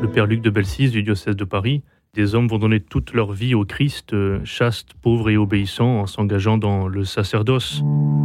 le père Luc de Belcis du diocèse de Paris. Des hommes vont donner toute leur vie au Christ, chastes, pauvres et obéissants, en s'engageant dans le sacerdoce.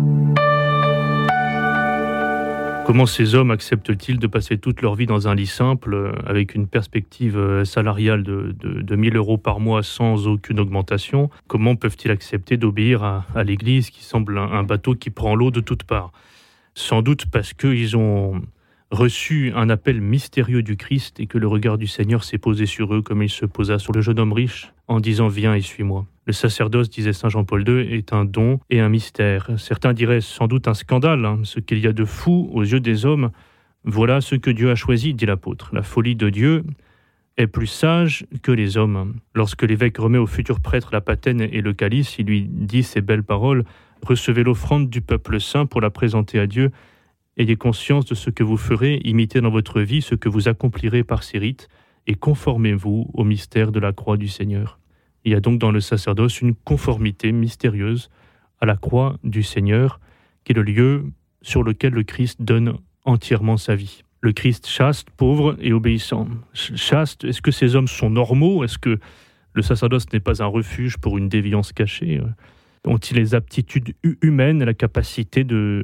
Comment ces hommes acceptent-ils de passer toute leur vie dans un lit simple, avec une perspective salariale de 1 000 € par mois sans aucune augmentation? Comment peuvent-ils accepter d'obéir à l'Église qui semble un bateau qui prend l'eau de toutes parts? Sans doute parce qu'ils ont reçu un appel mystérieux du Christ et que le regard du Seigneur s'est posé sur eux comme il se posa sur le jeune homme riche en disant « Viens et suis-moi ». Le sacerdoce, disait saint Jean-Paul II, est un don et un mystère. Certains diraient sans doute un scandale, ce qu'il y a de fou aux yeux des hommes. Voilà ce que Dieu a choisi, dit l'apôtre. La folie de Dieu est plus sage que les hommes. Lorsque l'évêque remet au futur prêtre la patène et le calice, il lui dit ces belles paroles « Recevez l'offrande du peuple saint pour la présenter à Dieu. Ayez conscience de ce que vous ferez, imitez dans votre vie ce que vous accomplirez par ces rites, et conformez-vous au mystère de la croix du Seigneur. » Il y a donc dans le sacerdoce une conformité mystérieuse à la croix du Seigneur, qui est le lieu sur lequel le Christ donne entièrement sa vie. Le Christ chaste, pauvre et obéissant. Chaste, est-ce que ces hommes sont normaux? Est-ce que le sacerdoce n'est pas un refuge pour une déviance cachée? Ont-ils les aptitudes humaines, la capacité de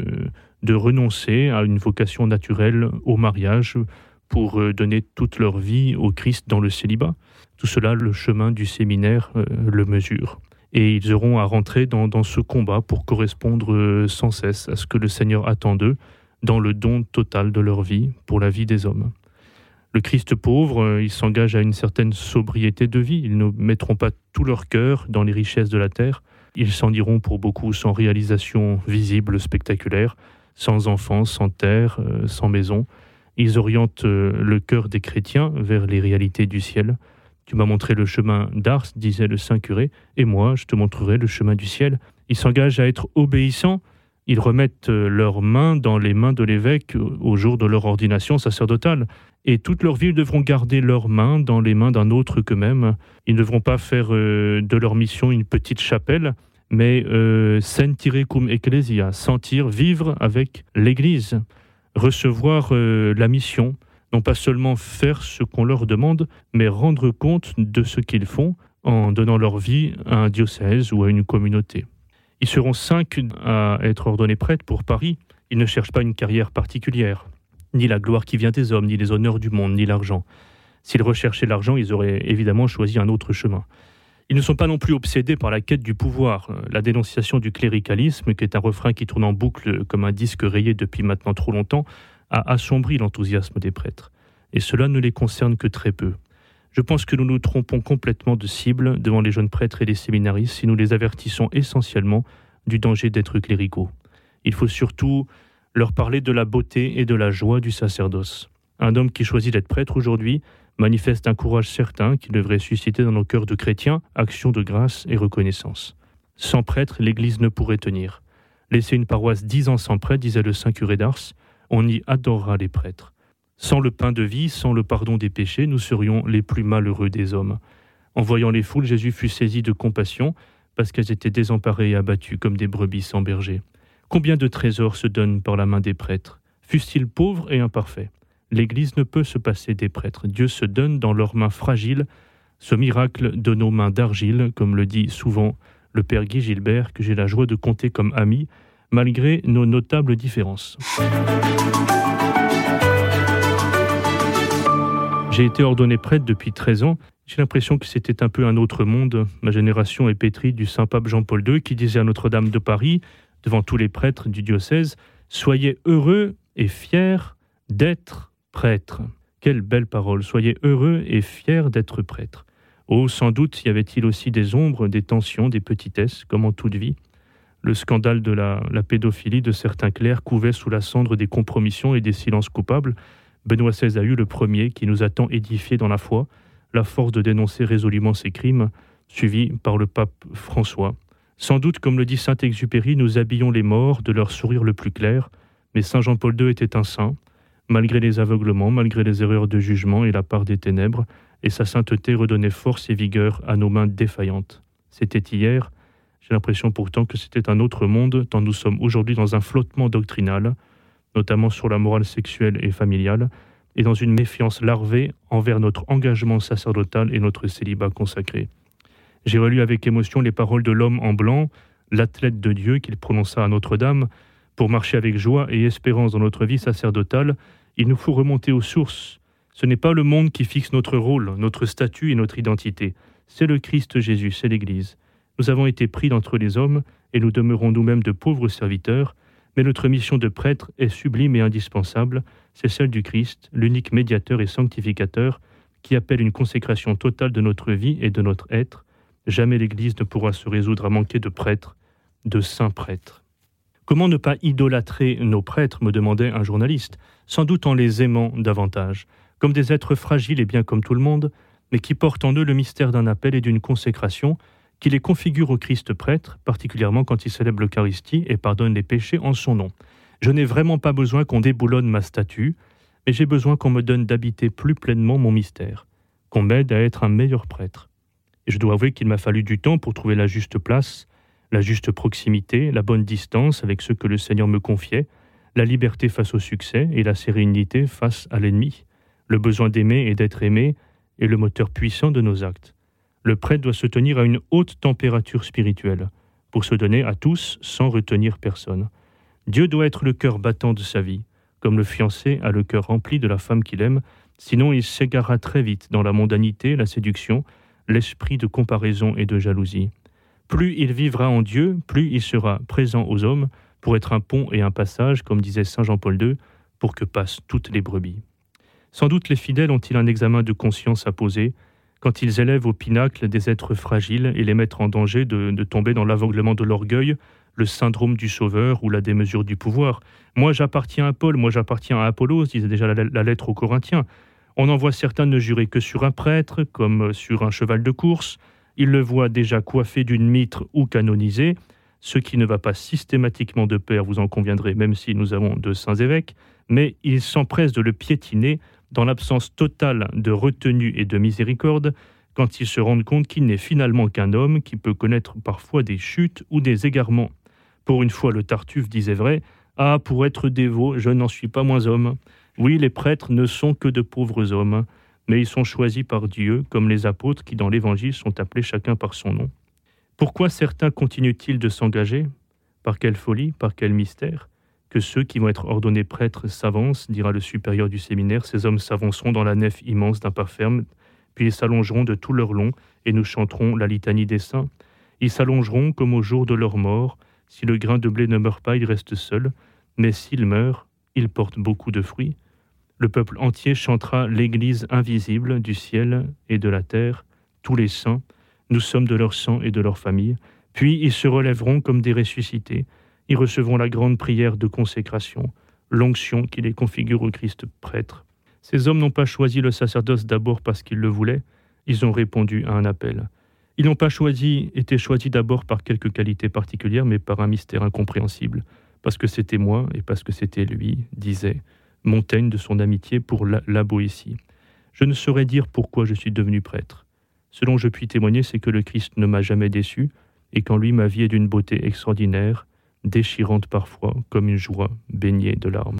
renoncer à une vocation naturelle au mariage pour donner toute leur vie au Christ dans le célibat? Tout cela, le chemin du séminaire le mesure. Et ils auront à rentrer dans ce combat pour correspondre sans cesse à ce que le Seigneur attend d'eux dans le don total de leur vie pour la vie des hommes. Le Christ pauvre, il s'engage à une certaine sobriété de vie. Ils ne mettront pas tout leur cœur dans les richesses de la terre. Ils s'en iront pour beaucoup sans réalisation visible, spectaculaire, sans enfants, sans terre, sans maison. Ils orientent le cœur des chrétiens vers les réalités du ciel. Tu m'as montré le chemin d'Ars, disait le saint curé, et moi, je te montrerai le chemin du ciel. Ils s'engagent à être obéissants. Ils remettent leurs mains dans les mains de l'évêque au jour de leur ordination sacerdotale. Et toute leur vie, ils devront garder leurs mains dans les mains d'un autre qu'eux-mêmes. Ils ne devront pas faire de leur mission une petite chapelle, mais sentire cum ecclesia, sentir, vivre avec l'Église, recevoir la mission, non pas seulement faire ce qu'on leur demande, mais rendre compte de ce qu'ils font en donnant leur vie à un diocèse ou à une communauté. Ils seront 5 à être ordonnés prêtres pour Paris. Ils ne cherchent pas une carrière particulière, ni la gloire qui vient des hommes, ni les honneurs du monde, ni l'argent. S'ils recherchaient l'argent, ils auraient évidemment choisi un autre chemin. Ils ne sont pas non plus obsédés par la quête du pouvoir. La dénonciation du cléricalisme, qui est un refrain qui tourne en boucle comme un disque rayé depuis maintenant trop longtemps, a assombri l'enthousiasme des prêtres. Et cela ne les concerne que très peu. Je pense que nous nous trompons complètement de cible devant les jeunes prêtres et les séminaristes si nous les avertissons essentiellement du danger d'être cléricaux. Il faut surtout leur parler de la beauté et de la joie du sacerdoce. Un homme qui choisit d'être prêtre aujourd'hui manifeste un courage certain qui devrait susciter dans nos cœurs de chrétiens action de grâce et reconnaissance. Sans prêtre, l'Église ne pourrait tenir. Laisser une paroisse 10 ans sans prêtre, disait le saint curé d'Ars, on y adorera les prêtres. Sans le pain de vie, sans le pardon des péchés, nous serions les plus malheureux des hommes. En voyant les foules, Jésus fut saisi de compassion parce qu'elles étaient désemparées et abattues comme des brebis sans berger. Combien de trésors se donnent par la main des prêtres, fussent-ils pauvres et imparfaits? L'Église ne peut se passer des prêtres. Dieu se donne dans leurs mains fragiles, ce miracle de nos mains d'argile, comme le dit souvent le père Guy Gilbert, que j'ai la joie de compter comme ami, malgré nos notables différences. J'ai été ordonné prêtre depuis 13 ans. J'ai l'impression que c'était un peu un autre monde. Ma génération est pétrie du saint pape Jean-Paul II qui disait à Notre-Dame de Paris, devant tous les prêtres du diocèse, « Soyez heureux et fiers d'être prêtre ». Quelle belle parole, soyez heureux et fiers d'être prêtre. Oh, sans doute y avait-il aussi des ombres, des tensions, des petitesses, comme en toute vie. Le scandale de la pédophilie de certains clercs couvait sous la cendre des compromissions et des silences coupables. Benoît XVI a eu le premier qui nous a tant édifiés dans la foi, la force de dénoncer résolument ces crimes, suivi par le pape François. Sans doute, comme le dit Saint-Exupéry, nous habillons les morts de leur sourire le plus clair, mais Saint Jean-Paul II était un saint, malgré les aveuglements, malgré les erreurs de jugement et la part des ténèbres, et sa sainteté redonnait force et vigueur à nos mains défaillantes. C'était hier, j'ai l'impression pourtant que c'était un autre monde, tant nous sommes aujourd'hui dans un flottement doctrinal, notamment sur la morale sexuelle et familiale, et dans une méfiance larvée envers notre engagement sacerdotal et notre célibat consacré. J'ai relu avec émotion les paroles de l'homme en blanc, l'athlète de Dieu qu'il prononça à Notre-Dame. Pour marcher avec joie et espérance dans notre vie sacerdotale, il nous faut remonter aux sources. Ce n'est pas le monde qui fixe notre rôle, notre statut et notre identité. C'est le Christ Jésus, c'est l'Église. Nous avons été pris d'entre les hommes et nous demeurons nous-mêmes de pauvres serviteurs, mais notre mission de prêtre est sublime et indispensable. C'est celle du Christ, l'unique médiateur et sanctificateur, qui appelle une consécration totale de notre vie et de notre être. Jamais l'Église ne pourra se résoudre à manquer de prêtres, de saints prêtres. Comment ne pas idolâtrer nos prêtres, me demandait un journaliste, sans doute en les aimant davantage, comme des êtres fragiles et bien comme tout le monde, mais qui portent en eux le mystère d'un appel et d'une consécration, qui les configure au Christ prêtre, particulièrement quand il célèbre l'Eucharistie et pardonne les péchés en son nom. Je n'ai vraiment pas besoin qu'on déboulonne ma statue, mais j'ai besoin qu'on me donne d'habiter plus pleinement mon mystère, qu'on m'aide à être un meilleur prêtre. Et je dois avouer qu'il m'a fallu du temps pour trouver la juste place, la juste proximité, la bonne distance avec ce que le Seigneur me confiait, la liberté face au succès et la sérénité face à l'ennemi. Le besoin d'aimer et d'être aimé est le moteur puissant de nos actes. Le prêtre doit se tenir à une haute température spirituelle pour se donner à tous sans retenir personne. Dieu doit être le cœur battant de sa vie, comme le fiancé a le cœur rempli de la femme qu'il aime, sinon il s'égarera très vite dans la mondanité, la séduction, l'esprit de comparaison et de jalousie. Plus il vivra en Dieu, plus il sera présent aux hommes pour être un pont et un passage, comme disait saint Jean-Paul II, pour que passent toutes les brebis. Sans doute les fidèles ont-ils un examen de conscience à poser quand ils élèvent au pinacle des êtres fragiles et les mettent en danger de tomber dans l'aveuglement de l'orgueil, le syndrome du sauveur ou la démesure du pouvoir. Moi j'appartiens à Paul, moi j'appartiens à Apollos, disait déjà la lettre aux Corinthiens. On en voit certains ne jurer que sur un prêtre, comme sur un cheval de course. Ils le voient déjà coiffé d'une mitre ou canonisé, ce qui ne va pas systématiquement de pair, vous en conviendrez, même si nous avons de saints évêques, mais ils s'empressent de le piétiner dans l'absence totale de retenue et de miséricorde, quand ils se rendent compte qu'il n'est finalement qu'un homme qui peut connaître parfois des chutes ou des égarements. Pour une fois, le Tartuffe disait vrai, « Ah, pour être dévot, je n'en suis pas moins homme. » Oui, les prêtres ne sont que de pauvres hommes, mais ils sont choisis par Dieu, comme les apôtres qui dans l'Évangile sont appelés chacun par son nom. Pourquoi certains continuent-ils de s'engager ? Par quelle folie, par quel mystère ? Que ceux qui vont être ordonnés prêtres s'avancent, dira le supérieur du séminaire, ces hommes s'avanceront dans la nef immense d'un pas ferme, puis ils s'allongeront de tout leur long, et nous chanterons la litanie des saints. Ils s'allongeront comme au jour de leur mort. Si le grain de blé ne meurt pas, il reste seul, mais s'il meurt, il porte beaucoup de fruits. Le peuple entier chantera l'Église invisible du ciel et de la terre, tous les saints, nous sommes de leur sang et de leur famille. Puis ils se relèveront comme des ressuscités, ils recevront la grande prière de consécration, l'onction qui les configure au Christ prêtre. Ces hommes n'ont pas choisi le sacerdoce d'abord parce qu'ils le voulaient, ils ont répondu à un appel. Ils n'ont pas été choisis d'abord par quelque qualité particulière, mais par un mystère incompréhensible, parce que c'était moi et parce que c'était lui, disait Montaigne de son amitié pour la Boétie. Je ne saurais dire pourquoi je suis devenu prêtre. Ce dont je puis témoigner, c'est que le Christ ne m'a jamais déçu, et qu'en lui ma vie est d'une beauté extraordinaire, déchirante parfois, comme une joie baignée de larmes.